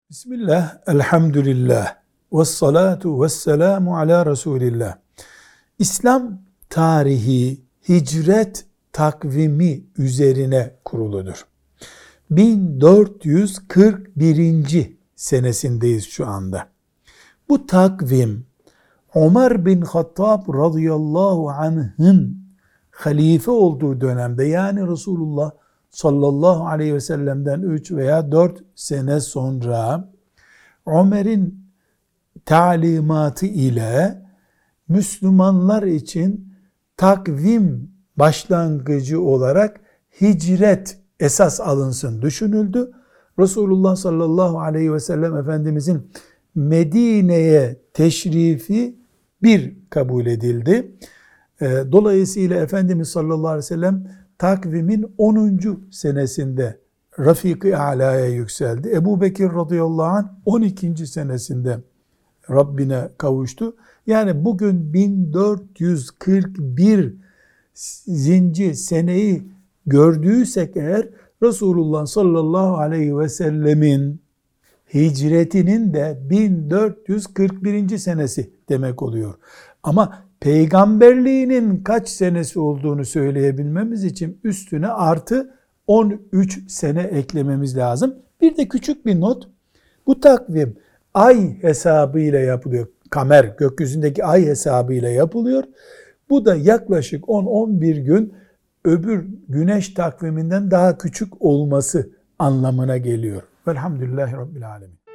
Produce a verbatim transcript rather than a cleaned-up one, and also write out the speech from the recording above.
Bismillah, elhamdülillah, ve salatu ve selamu ala Resulillah. İslam tarihi hicret takvimi üzerine kuruludur. bin dört yüz kırk birinci senesindeyiz şu anda. Bu takvim Ömer bin Hattab radıyallahu anh'ın halife olduğu dönemde, yani Resulullah sallallahu aleyhi ve sellem'den üç veya dört sene sonra Ömer'in talimatı ile Müslümanlar için takvim başlangıcı olarak hicret esas alınsın düşünüldü. Resulullah sallallahu aleyhi ve sellem Efendimizin Medine'ye teşrifi bir kabul edildi. Dolayısıyla Efendimiz sallallahu aleyhi ve sellem takvimin onuncu senesinde Rafik-i Ala'ya yükseldi. Ebu Bekir radıyallahu anh on ikinci senesinde Rabbine kavuştu. Yani bugün bin dört yüz kırk bir zinci seneyi gördüysek eğer, Resulullah sallallahu aleyhi ve sellemin hicretinin de bin dört yüz kırk birinci senesi demek oluyor. Ama peygamberliğinin kaç senesi olduğunu söyleyebilmemiz için üstüne artı on üç sene eklememiz lazım. Bir de küçük bir not. Bu takvim ay hesabıyla yapılıyor. Kamer, gökyüzündeki ay hesabıyla yapılıyor. Bu da yaklaşık on on bir gün öbür güneş takviminden daha küçük olması anlamına geliyor. Velhamdülillahi Rabbil Alemin.